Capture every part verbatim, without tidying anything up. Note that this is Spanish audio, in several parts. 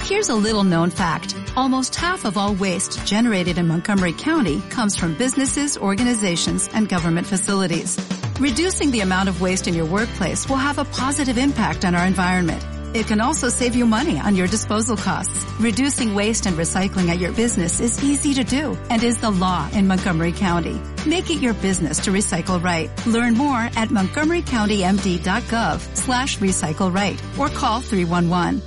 Here's a little known fact. Almost half of all waste generated in Montgomery County comes from businesses, organizations, and government facilities. Reducing the amount of waste in your workplace will have a positive impact on our environment. It can also save you money on your disposal costs. Reducing waste and recycling at your business is easy to do and is the law in Montgomery County. Make it your business to recycle right. Learn more at montgomerycountymd.gov slash recycle right or call three one one.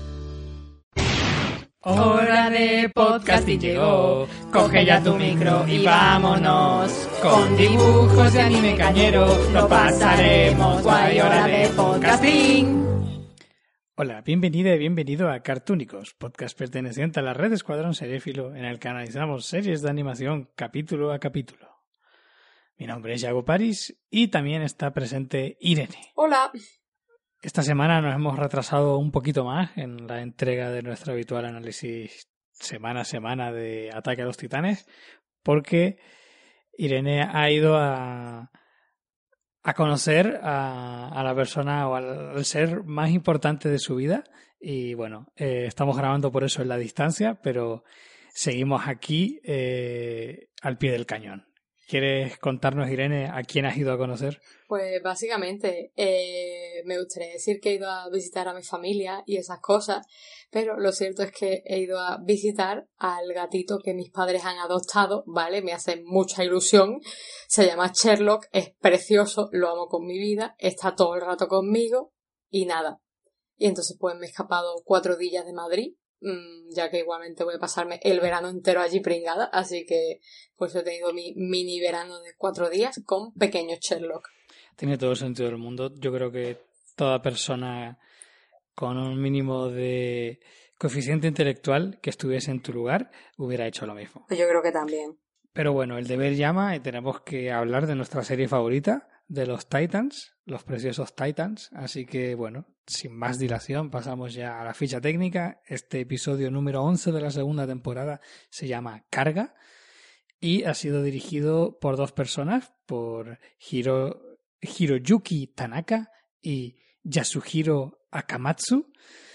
Hora de podcasting llegó, coge ya tu micro y vámonos. Con dibujos de anime cañero lo pasaremos guay. Hora de podcasting. Hola, bienvenida y bienvenido a Cartúnicos, podcast perteneciente a la red Escuadrón Seriéfilo, en el que analizamos series de animación capítulo a capítulo. Mi nombre es Yago París y también está presente Irene. Hola. Esta semana nos hemos retrasado un poquito más en la entrega de nuestro habitual análisis semana a semana de Ataque a los Titanes, porque Irene ha ido a, a conocer a, a la persona o al, al ser más importante de su vida y bueno, eh, estamos grabando por eso en la distancia, pero seguimos aquí eh, al pie del cañón. ¿Quieres contarnos, Irene, a quién has ido a conocer? Pues básicamente eh, me gustaría decir que he ido a visitar a mi familia y esas cosas, pero lo cierto es que he ido a visitar al gatito que mis padres han adoptado, ¿vale? Me hace mucha ilusión. Se llama Sherlock, es precioso, lo amo con mi vida, está todo el rato conmigo y nada. Y entonces pues me he escapado cuatro días de Madrid, ya que igualmente voy a pasarme el verano entero allí pringada, así que pues he tenido mi mini verano de cuatro días con pequeño Sherlock. Tiene todo el sentido del mundo. Yo creo que toda persona con un mínimo de coeficiente intelectual que estuviese en tu lugar hubiera hecho lo mismo. Yo creo que también. Pero bueno, el deber llama y tenemos que hablar de nuestra serie favorita, de los Titans, los preciosos Titans. Así que bueno, sin más dilación pasamos ya a la ficha técnica. Este episodio número once de la segunda temporada se llama Carga y ha sido dirigido por dos personas, por Hiro, Hiroyuki Tanaka y Yasuhiro Akamatsu,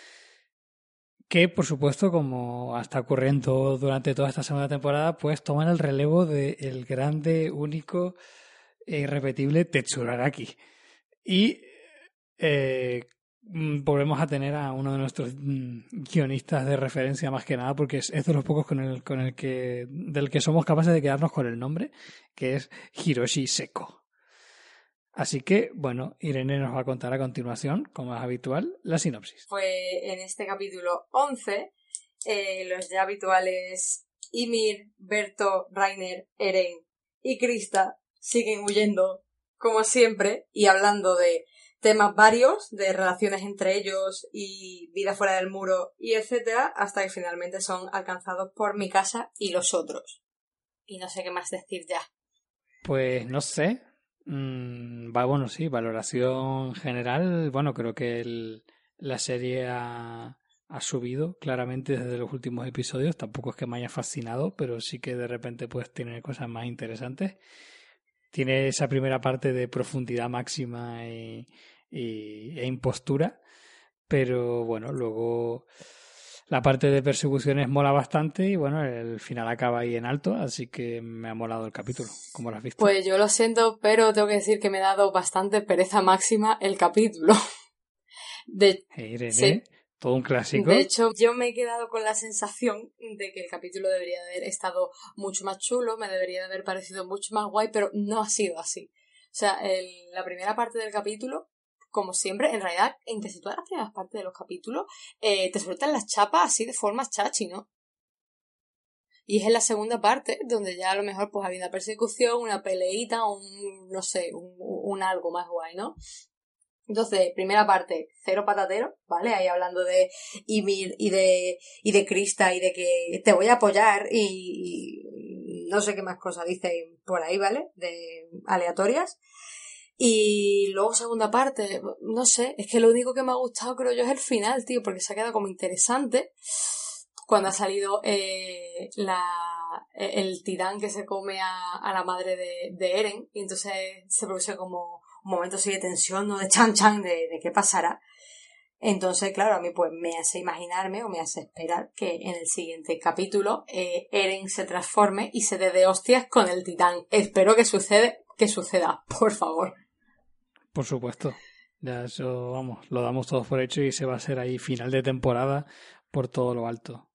que por supuesto, como está ocurriendo durante toda esta segunda temporada, pues toman el relevo del grande, único e irrepetible Tetsuro Araki. Y eh, volvemos a tener a uno de nuestros guionistas de referencia más que nada, porque es, es de los pocos con el, con el que, del que somos capaces de quedarnos con el nombre, que es Hiroshi Seko. Así que, bueno, Irene nos va a contar a continuación, como es habitual, la sinopsis. Pues en este capítulo once, eh, los ya habituales Ymir, Berto, Rainer, Eren y Krista siguen huyendo, como siempre, y hablando de temas varios, de relaciones entre ellos y vida fuera del muro y etcétera, hasta que finalmente son alcanzados por Mikasa y los otros. Y no sé qué más decir ya. Pues no sé. Mm, va, bueno, sí, valoración general. Bueno, creo que el, la serie ha, ha subido claramente desde los últimos episodios. Tampoco es que me haya fascinado, pero sí que de repente pues tiene cosas más interesantes. Tiene esa primera parte de profundidad máxima y, y, e impostura, pero bueno, luego la parte de persecuciones mola bastante y bueno, el final acaba ahí en alto, así que me ha molado el capítulo. ¿Cómo lo has visto? Pues yo lo siento, pero tengo que decir que me ha dado bastante pereza máxima el capítulo. De... Hey, Irene, sí. Todo un clásico. De hecho, yo me he quedado con la sensación de que el capítulo debería haber estado mucho más chulo, me debería haber parecido mucho más guay, pero no ha sido así. O sea, el, la primera parte del capítulo, como siempre, en realidad, en casi todas las primeras partes de los capítulos, eh, te sueltan las chapas así de forma chachi, ¿no? Y es en la segunda parte donde ya a lo mejor pues había una persecución, una peleita, un, no sé, un, un algo más guay, ¿no? Entonces, primera parte, cero patatero, ¿vale? Ahí hablando de Ymir y de, y de Krista y de que te voy a apoyar y, y no sé qué más cosas dicen por ahí, ¿vale? De aleatorias. Y luego segunda parte, no sé, es que lo único que me ha gustado creo yo es el final, tío, porque se ha quedado como interesante cuando ha salido eh, la, el titán que se come a, a la madre de, de Eren y entonces se produce como un momento así de tensión, ¿no? De chan chan, de, de qué pasará. Entonces, claro, a mí pues me hace imaginarme o me hace esperar que en el siguiente capítulo eh, Eren se transforme y se dé de hostias con el titán. Espero que sucede, que suceda, por favor. Por supuesto. Ya eso, vamos, lo damos todos por hecho y se va a hacer ahí final de temporada por todo lo alto.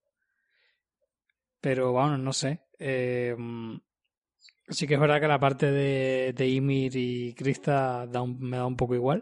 Pero, bueno, no sé. Eh, sí que es verdad que la parte de, de Ymir y Krista da un, me da un poco igual.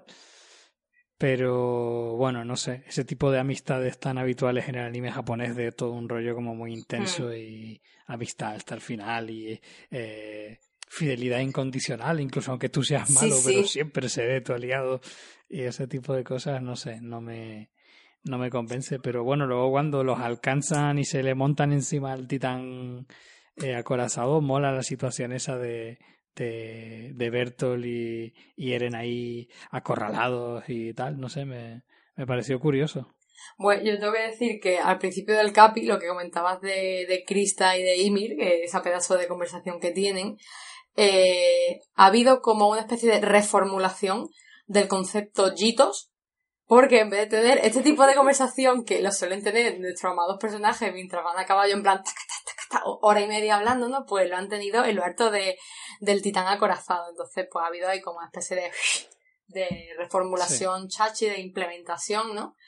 Pero, bueno, no sé. Ese tipo de amistades tan habituales en el anime japonés de todo un rollo como muy intenso mm. y amistad hasta el final y eh, fidelidad incondicional, incluso aunque tú seas malo, sí, sí. pero siempre seré tu aliado. Y ese tipo de cosas, no sé, no me... no me convence, pero bueno, luego cuando los alcanzan y se le montan encima al titán eh, acorazado, mola la situación esa de, de, de Bertolt y, y Eren ahí acorralados y tal, no sé, me, me pareció curioso. Bueno, yo tengo que decir que al principio del capi, lo que comentabas de, de Krista y de Ymir, eh, esa pedazo de conversación que tienen, eh, ha habido como una especie de reformulación del concepto Jitos. Porque en vez de tener este tipo de conversación que lo suelen tener nuestros amados personajes mientras van a caballo en plan taca, taca, taca, hora y media hablando, ¿no? Pues lo han tenido en lo alto de, del titán acorazado. Entonces, pues ha habido ahí como una especie de, de reformulación sí. chachi, de implementación, ¿no?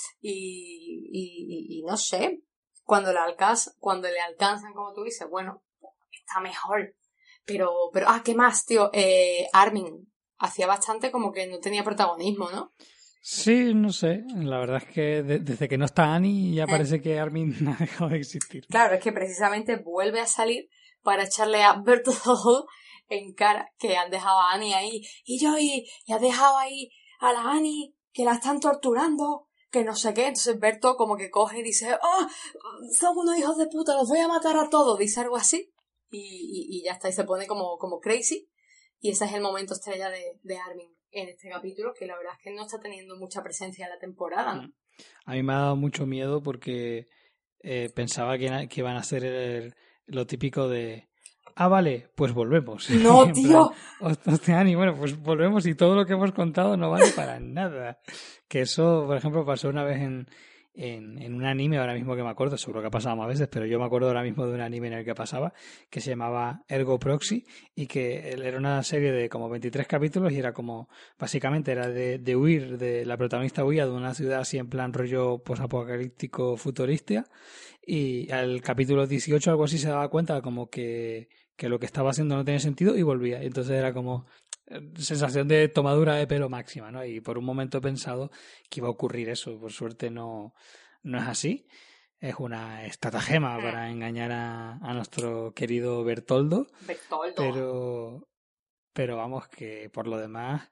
Y, y, y, y no sé, cuando le, alcanz, cuando le alcanzan, como tú dices, bueno, está mejor. Pero, pero ah, ¿qué más, tío? Eh, Armin hacía bastante como que no tenía protagonismo, ¿no? Sí, no sé. La verdad es que de, desde que no está Annie ya parece eh. que Armin ha dejado de existir. Claro, es que precisamente vuelve a salir para echarle a Bertolt en cara que han dejado a Annie ahí. Y yo, y, y has dejado ahí a la Annie que la están torturando, que no sé qué. Entonces Bertolt como que coge y dice, ¡oh! Son unos hijos de puta, los voy a matar a todos. Dice algo así. Y, y, y ya está, y se pone como, como crazy. Y ese es el momento estrella de, de Armin en este capítulo, que la verdad es que no está teniendo mucha presencia en la temporada, ¿no? A mí me ha dado mucho miedo porque eh, pensaba que, que iban a hacer el, lo típico de ah, vale, pues volvemos. ¡No, tío! Hostia, Ani, bueno, pues volvemos y todo lo que hemos contado no vale para nada. Que eso, por ejemplo, pasó una vez en, en, en un anime, ahora mismo que me acuerdo, seguro que ha pasado más veces, pero yo me acuerdo ahora mismo de un anime en el que pasaba, que se llamaba Ergo Proxy, y que era una serie de como veintitrés capítulos y era como, básicamente era de, de huir, de la protagonista huía de una ciudad así en plan rollo posapocalíptico futurista, y al capítulo dieciocho algo así se daba cuenta como que, que lo que estaba haciendo no tenía sentido y volvía. Y entonces era como sensación de tomadura de pelo máxima, ¿no? Y por un momento he pensado que iba a ocurrir eso. Por suerte no, no es así. Es una estratagema para engañar a, a nuestro querido Bertoldo. Bertoldo. Pero, pero vamos, que por lo demás,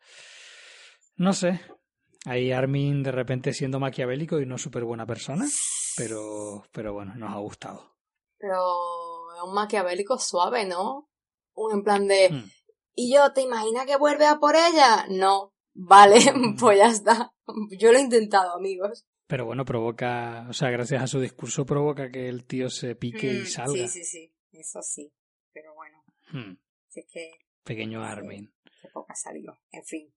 no sé. Ahí Armin de repente siendo maquiavélico y no súper buena persona. Pero, pero bueno, nos ha gustado. Pero es un maquiavélico suave, ¿no? Un en plan de... Hmm. ¿Y yo te imaginas que vuelve a por ella? No. Vale, hmm. Pues ya está. Yo lo he intentado, amigos. Pero bueno, provoca... O sea, gracias a su discurso provoca que el tío se pique hmm. y salga. Sí, sí, sí. Eso sí. Pero bueno. Hmm. Es que... Pequeño Armin. Qué poca salió. En fin.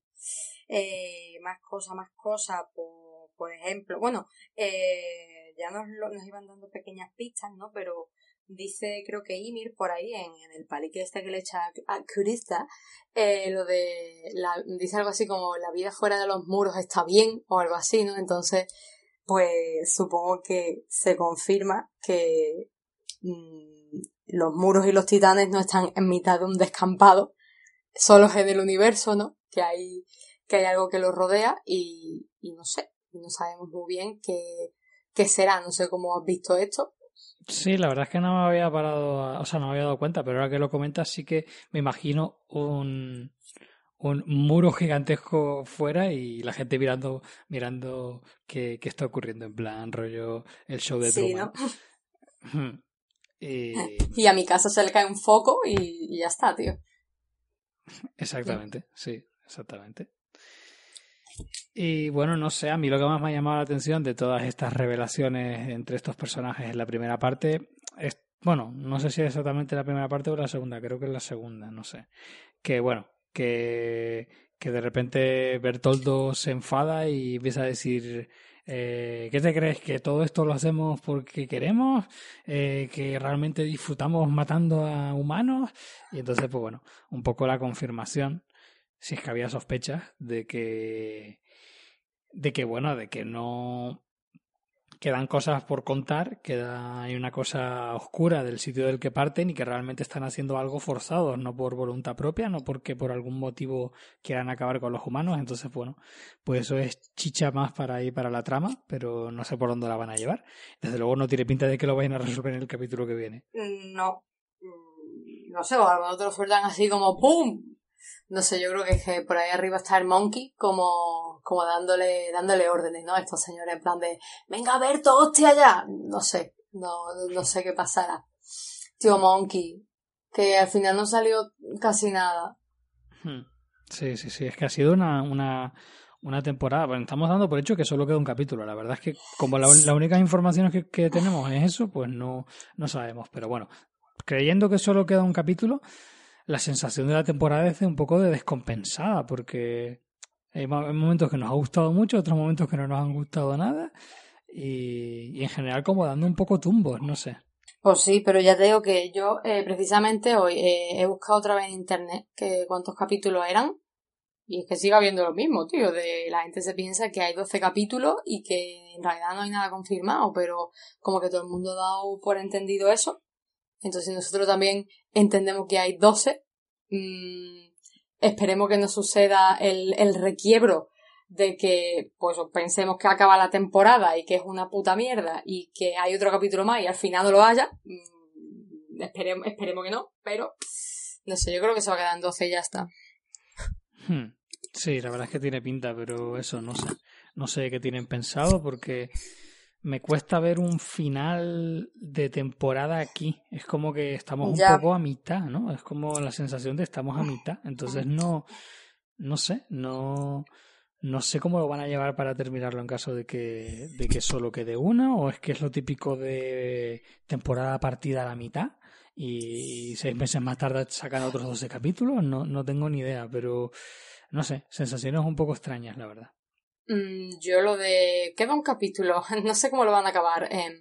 Eh, más cosas, más cosas. Por, por ejemplo... Bueno, eh... ya nos, lo, nos iban dando pequeñas pistas, ¿no? Pero dice, creo que Ymir por ahí, en, en el palique este que le echa a Krista, eh, lo de, la, dice algo así como, la vida fuera de los muros está bien, o algo así, ¿no? Entonces, pues, supongo que se confirma que mmm, los muros y los titanes no están en mitad de un descampado, solos en el universo, ¿no? Que hay, que hay algo que los rodea y, y no sé, no sabemos muy bien qué ¿Qué será? No sé cómo has visto esto. Sí, la verdad es que no me había parado, a, o sea, no me había dado cuenta, pero ahora que lo comentas sí que me imagino un, un muro gigantesco fuera y la gente mirando mirando qué, qué está ocurriendo, en plan rollo el show de sí, Truman. ¿no? y... y a mi casa se le cae un foco y, y ya está, tío. Exactamente, sí, exactamente. Y bueno, no sé, a mí lo que más me ha llamado la atención de todas estas revelaciones entre estos personajes en la primera parte es, bueno, no sé si es exactamente la primera parte o la segunda, creo que es la segunda, no sé. Que bueno, que, que de repente Bertoldo se enfada y empieza a decir Eh, ¿Qué te crees? ¿Que todo esto lo hacemos porque queremos? Eh, ¿Que realmente disfrutamos matando a humanos? Y entonces, pues bueno, un poco la confirmación, si es que había sospechas, de que, de que bueno, de que no quedan cosas por contar, queda hay una cosa oscura del sitio del que parten y que realmente están haciendo algo forzados, no por voluntad propia, no porque por algún motivo quieran acabar con los humanos. Entonces, bueno, pues eso es chicha más para ir para la trama, pero no sé por dónde la van a llevar. Desde luego no tiene pinta de que lo vayan a resolver en el capítulo que viene. No. No sé, o a lo mejor te lo sueltan así como ¡pum! No sé, yo creo que es que por ahí arriba está el Monkey como, como dándole, dándole órdenes, ¿no? Estos señores en plan de venga a ver todo hostia allá. No sé, no, no sé qué pasará. Tío Monkey, que al final no salió casi nada. Sí, sí, sí, es que ha sido una, una, una temporada. Bueno, estamos dando por hecho que solo queda un capítulo. La verdad es que como la, la única información que, que tenemos es eso, pues no, no sabemos. Pero bueno, creyendo que solo queda un capítulo, la sensación de la temporada es un poco de descompensada, porque hay momentos que nos ha gustado mucho, otros momentos que no nos han gustado nada, y, y en general como dando un poco tumbos, no sé. Pues sí, pero ya te digo que yo eh, precisamente hoy eh, he buscado otra vez en internet que cuántos capítulos eran, y es que sigue habiendo lo mismo, tío, de la gente se piensa que hay doce capítulos y que en realidad no hay nada confirmado, pero como que todo el mundo ha dado por entendido eso. Entonces nosotros también entendemos que hay doce. Mm, esperemos que no suceda el, el requiebro de que pues pensemos que acaba la temporada y que es una puta mierda y que hay otro capítulo más y al final no lo haya. Mm, esperemos, esperemos que no, pero no sé, yo creo que se va a quedar en doce y ya está. Hmm. Sí, la verdad es que tiene pinta, pero eso no sé. No sé qué tienen pensado porque me cuesta ver un final de temporada aquí. Es como que estamos un Ya. poco a mitad, ¿no? Es como la sensación de estamos a mitad. Entonces no, no sé, no, no sé cómo lo van a llevar para terminarlo en caso de que, de que solo quede una, o es que es lo típico de temporada partida a la mitad y seis meses más tarde sacan otros doce capítulos. No, no tengo ni idea, pero no sé, sensaciones un poco extrañas, la verdad. Yo lo de... Queda un capítulo, no sé cómo lo van a acabar. Eh,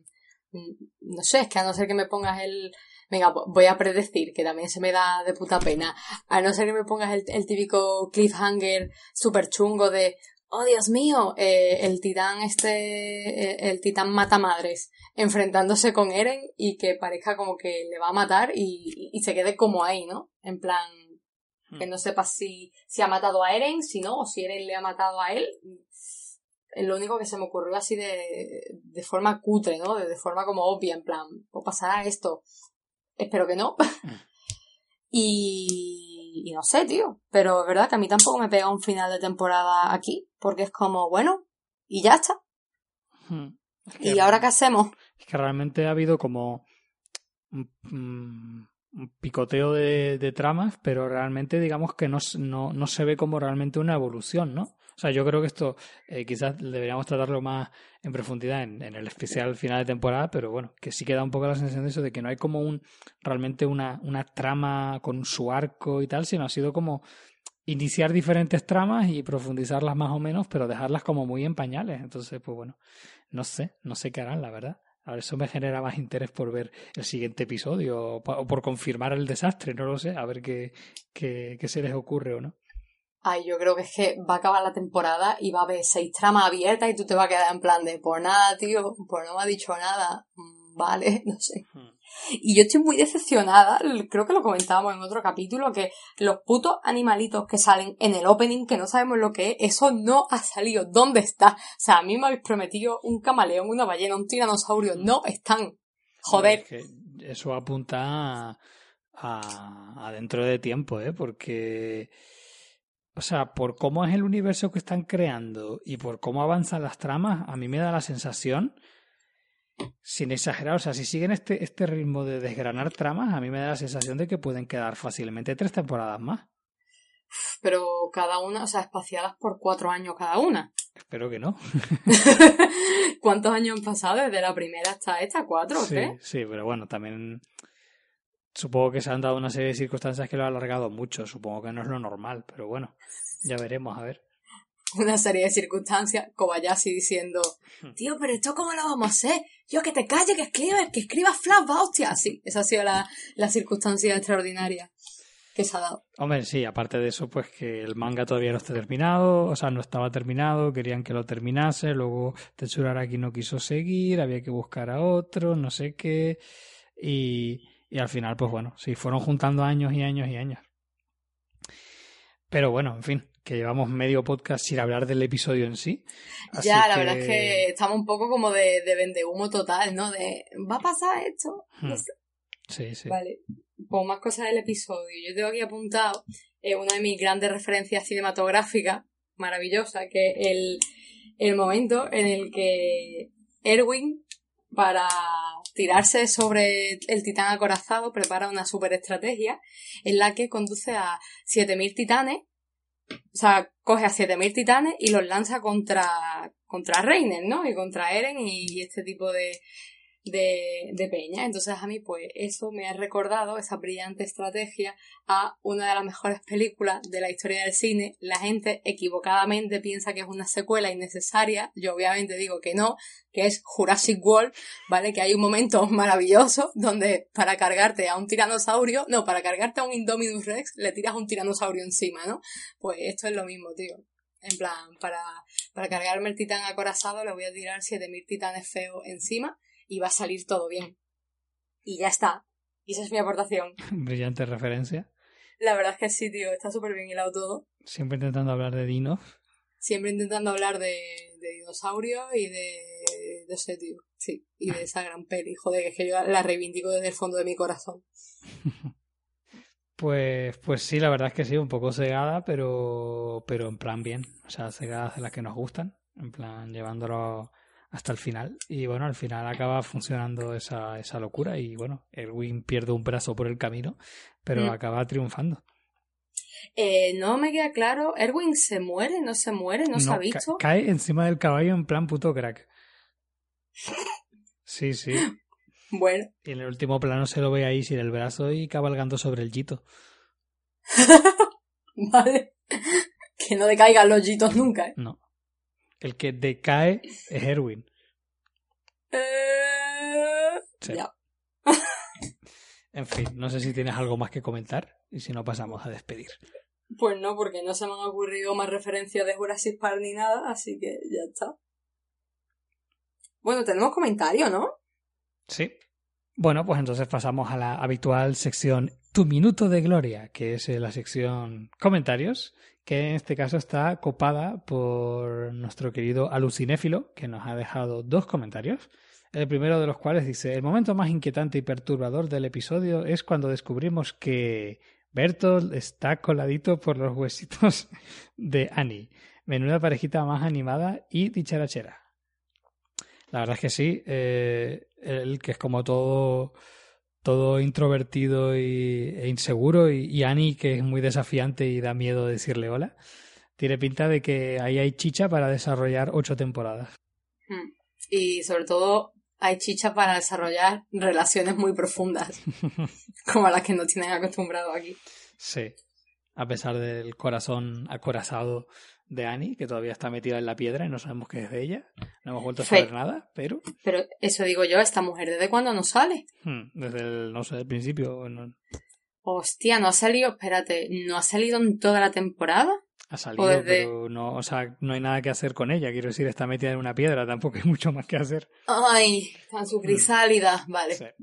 no sé, es que a no ser que me pongas el... Venga, voy a predecir, que también se me da de puta pena. A no ser que me pongas el, el típico cliffhanger súper chungo de... Oh, Dios mío, eh, el titán este... Eh, el titán matamadres enfrentándose con Eren y que parezca como que le va a matar y, y se quede como ahí, ¿no? En plan... Que no sepa si, si ha matado a Eren, si no, o si Eren le ha matado a él. Es lo único que se me ocurrió así de, de forma cutre, ¿no? De, de forma como obvia, en plan, ¿o pasará esto? Espero que no. y, y no sé, tío. Pero es verdad que a mí tampoco me pega un final de temporada aquí, porque es como, bueno, y ya está. Es que ¿Y ahora qué hacemos? Es que realmente ha habido como un, un picoteo de, de tramas, pero realmente digamos que no, no, no se ve como realmente una evolución, ¿no? O sea, yo creo que esto eh, quizás deberíamos tratarlo más en profundidad en, en el especial final de temporada, pero bueno, que sí queda un poco la sensación de eso, de que no hay como un realmente una, una trama con su arco y tal, sino ha sido como iniciar diferentes tramas y profundizarlas más o menos, pero dejarlas como muy en pañales. Entonces, pues bueno, no sé, no sé qué harán, la verdad. A ver, eso me genera más interés por ver el siguiente episodio o, o por confirmar el desastre, no lo sé, a ver qué, qué, qué se les ocurre o no. Ay, yo creo que es que va a acabar la temporada y va a haber seis tramas abiertas y tú te vas a quedar en plan de, por nada, tío, pues no me ha dicho nada. Vale, no sé. Hmm. Y yo estoy muy decepcionada, creo que lo comentábamos en otro capítulo, que los putos animalitos que salen en el opening, que no sabemos lo que es, eso no ha salido. ¿Dónde está? O sea, a mí me habéis prometido un camaleón, una ballena, un tiranosaurio. No están. Joder. No, es que eso apunta a, a, a dentro de tiempo, ¿eh? Porque... O sea, por cómo es el universo que están creando y por cómo avanzan las tramas, a mí me da la sensación, sin exagerar, o sea, si siguen este, este ritmo de desgranar tramas, a mí me da la sensación de que pueden quedar fácilmente tres temporadas más. Pero cada una, o sea, espaciadas por cuatro años cada una. Espero que no. ¿Cuántos años han pasado desde la primera hasta esta? ¿Cuatro o sí, qué? Sí, pero bueno, también... Supongo que se han dado una serie de circunstancias que lo han alargado mucho. Supongo que no es lo normal, pero bueno, ya veremos, a ver. una serie de circunstancias, Kobayashi diciendo, tío, pero esto cómo lo vamos a hacer, yo que te calle, que escribes, que escribas flashback, hostia, sí, esa ha sido la, la circunstancia extraordinaria que se ha dado. Hombre, sí, aparte de eso, pues que el manga todavía no está terminado, o sea, no estaba terminado, querían que lo terminase, luego Tetsuya Araki no quiso seguir, había que buscar a otro, no sé qué, y, y al final, pues bueno, sí, fueron juntando años y años y años. Pero bueno, en fin, que llevamos medio podcast sin hablar del episodio en sí. Así ya, la que... verdad es que estamos un poco como de, de vendehumo total, ¿no? De, ¿va a pasar esto? No sé. Sí, sí. Vale, pues más cosas del episodio. Yo tengo aquí apuntado eh, una de mis grandes referencias cinematográficas, maravillosa, que es el, el momento en el que Erwin, para tirarse sobre el titán acorazado, prepara una super estrategia en la que conduce a siete mil titanes, o sea, coge a siete mil titanes y los lanza contra, contra Reiner, ¿no? Y contra Eren y, y este tipo de... De, de peña. Entonces a mí pues eso me ha recordado esa brillante estrategia a una de las mejores películas de la historia del cine. La gente equivocadamente piensa que es una secuela innecesaria, yo obviamente digo que no, que es Jurassic World, ¿vale? Que hay un momento maravilloso donde para cargarte a un tiranosaurio, no, para cargarte a un Indominus Rex le tiras un tiranosaurio encima, ¿no? Pues esto es lo mismo, tío. En plan, para, para cargarme el titán acorazado le voy a tirar siete mil titanes feos encima y va a salir todo bien. Y ya está. Y esa es mi aportación. Brillante referencia. La verdad es que sí, tío. Está súper bien hilado todo. Siempre intentando hablar de dinos. Siempre intentando hablar de, de dinosaurios y de... de ese tío. Sí. Y de esa gran peli. Joder, es que yo la reivindico desde el fondo de mi corazón. Pues, pues sí, la verdad es que sí, un poco cegada, pero, pero en plan bien. O sea, cegadas de las que nos gustan. En plan, llevándolo hasta el final, y bueno, al final acaba funcionando esa, esa locura y bueno, Erwin pierde un brazo por el camino, pero mm. acaba triunfando. Eh, no me queda claro, ¿Erwin se muere? ¿No se muere? ¿No, no se ha visto? Ca- cae encima del caballo en plan puto crack. Sí, sí. Bueno. Y en el último plano se lo ve ahí sin el brazo y cabalgando sobre el Jito. Vale. Que no decaigan los Jitos nunca, ¿eh? No. El que decae es Erwin. Eh... Sí. Ya. En fin, no sé si tienes algo más que comentar y si no pasamos a despedir. Pues no, porque no se me han ocurrido más referencias de Jurassic Park ni nada, así que ya está. Bueno, tenemos comentarios, ¿no? Sí. Bueno, pues entonces pasamos a la habitual sección Tu Minuto de Gloria, que es la sección comentarios, que en este caso está copada por nuestro querido alucinéfilo, que nos ha dejado dos comentarios. El primero de los cuales dice: el momento más inquietante y perturbador del episodio es cuando descubrimos que Bertolt está coladito por los huesitos de Annie. Menuda parejita más animada y dicharachera. La verdad es que sí, eh, él que es como todo, todo introvertido y, e inseguro, y, y Annie que es muy desafiante y da miedo decirle hola, tiene pinta de que ahí hay chicha para desarrollar ocho temporadas. Y sobre todo hay chicha para desarrollar relaciones muy profundas, como a las que nos tienen acostumbrados aquí. Sí, a pesar del corazón acorazado de Annie, que todavía está metida en la piedra y no sabemos qué es de ella. No hemos vuelto a saber Fe- nada, pero... Pero eso digo yo, ¿esta mujer desde cuándo no sale? Hmm, desde el, no sé, el principio. No... Hostia, no ha salido, espérate, ¿no ha salido en toda la temporada? Ha salido, desde... pero no, o sea, no hay nada que hacer con ella. Quiero decir, está metida en una piedra, tampoco hay mucho más que hacer. Ay, tan su crisálida, hmm. Vale. Sí.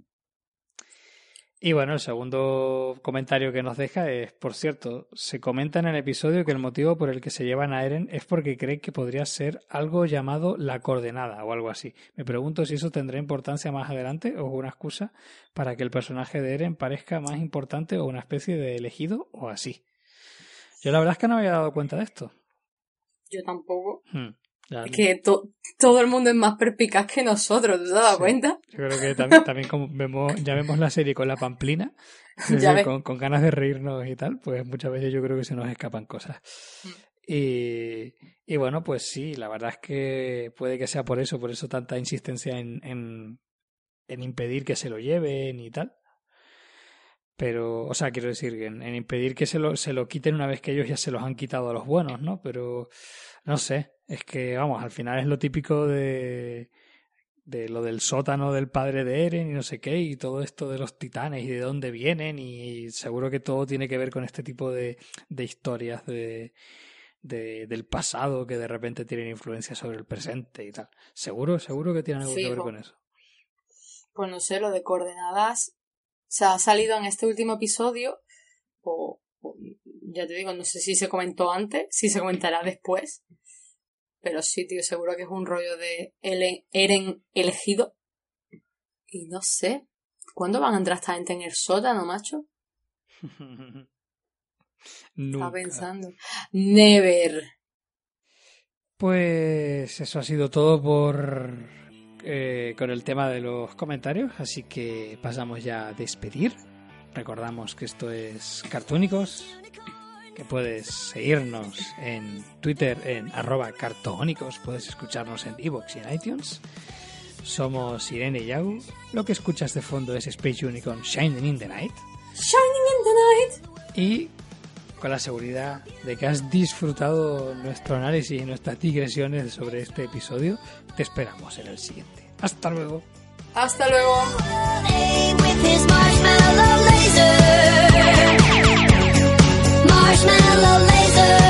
Y bueno, el segundo comentario que nos deja es, por cierto, se comenta en el episodio que el motivo por el que se llevan a Eren es porque creen que podría ser algo llamado la coordenada o algo así. Me pregunto si eso tendrá importancia más adelante o una excusa para que el personaje de Eren parezca más importante o una especie de elegido o así. Yo la verdad es que no me había dado cuenta de esto. Yo tampoco. Hmm. Ya, es que to- todo el mundo es más perspicaz que nosotros, ¿te has dado sí, cuenta? Yo creo que también, también como vemos, ya vemos la serie con la pamplina, decir, con, con ganas de reírnos y tal, pues muchas veces yo creo que se nos escapan cosas. Mm. Y, y bueno, pues sí, la verdad es que puede que sea por eso, por eso tanta insistencia en, en, en impedir que se lo lleven y tal. Pero, o sea, quiero decir, en, en impedir que se lo, se lo quiten una vez que ellos ya se los han quitado a los buenos, ¿no? Pero, no sé, es que, vamos, al final es lo típico de, de lo del sótano del padre de Eren y no sé qué, y todo esto de los titanes y de dónde vienen, y seguro que todo tiene que ver con este tipo de, de historias de, de, del pasado que de repente tienen influencia sobre el presente y tal. Seguro, seguro que tienen algo Fijo. que ver con eso. Pues no sé, lo de coordenadas, o sea, ha salido en este último episodio, o, o ya te digo, no sé si se comentó antes, si se comentará después, pero sí, tío, seguro que es un rollo de Eren, Eren elegido. Y no sé, ¿cuándo van a entrar esta gente en el sótano, macho? Nunca. Estaba pensando. Never. Pues eso ha sido todo por eh, con el tema de los comentarios, así que pasamos ya a despedir. Recordamos que esto es Cartónicos, que puedes seguirnos en Twitter en arroba cartónicos, puedes escucharnos en iVoox y en iTunes. Somos Irene y Yagu. Lo que escuchas de fondo es Space Unicorn Shining in the Night. Shining in the Night. Y con la seguridad de que has disfrutado nuestro análisis y nuestras digresiones sobre este episodio, te esperamos en el siguiente. Hasta luego. Hasta luego. Marshmallow laser.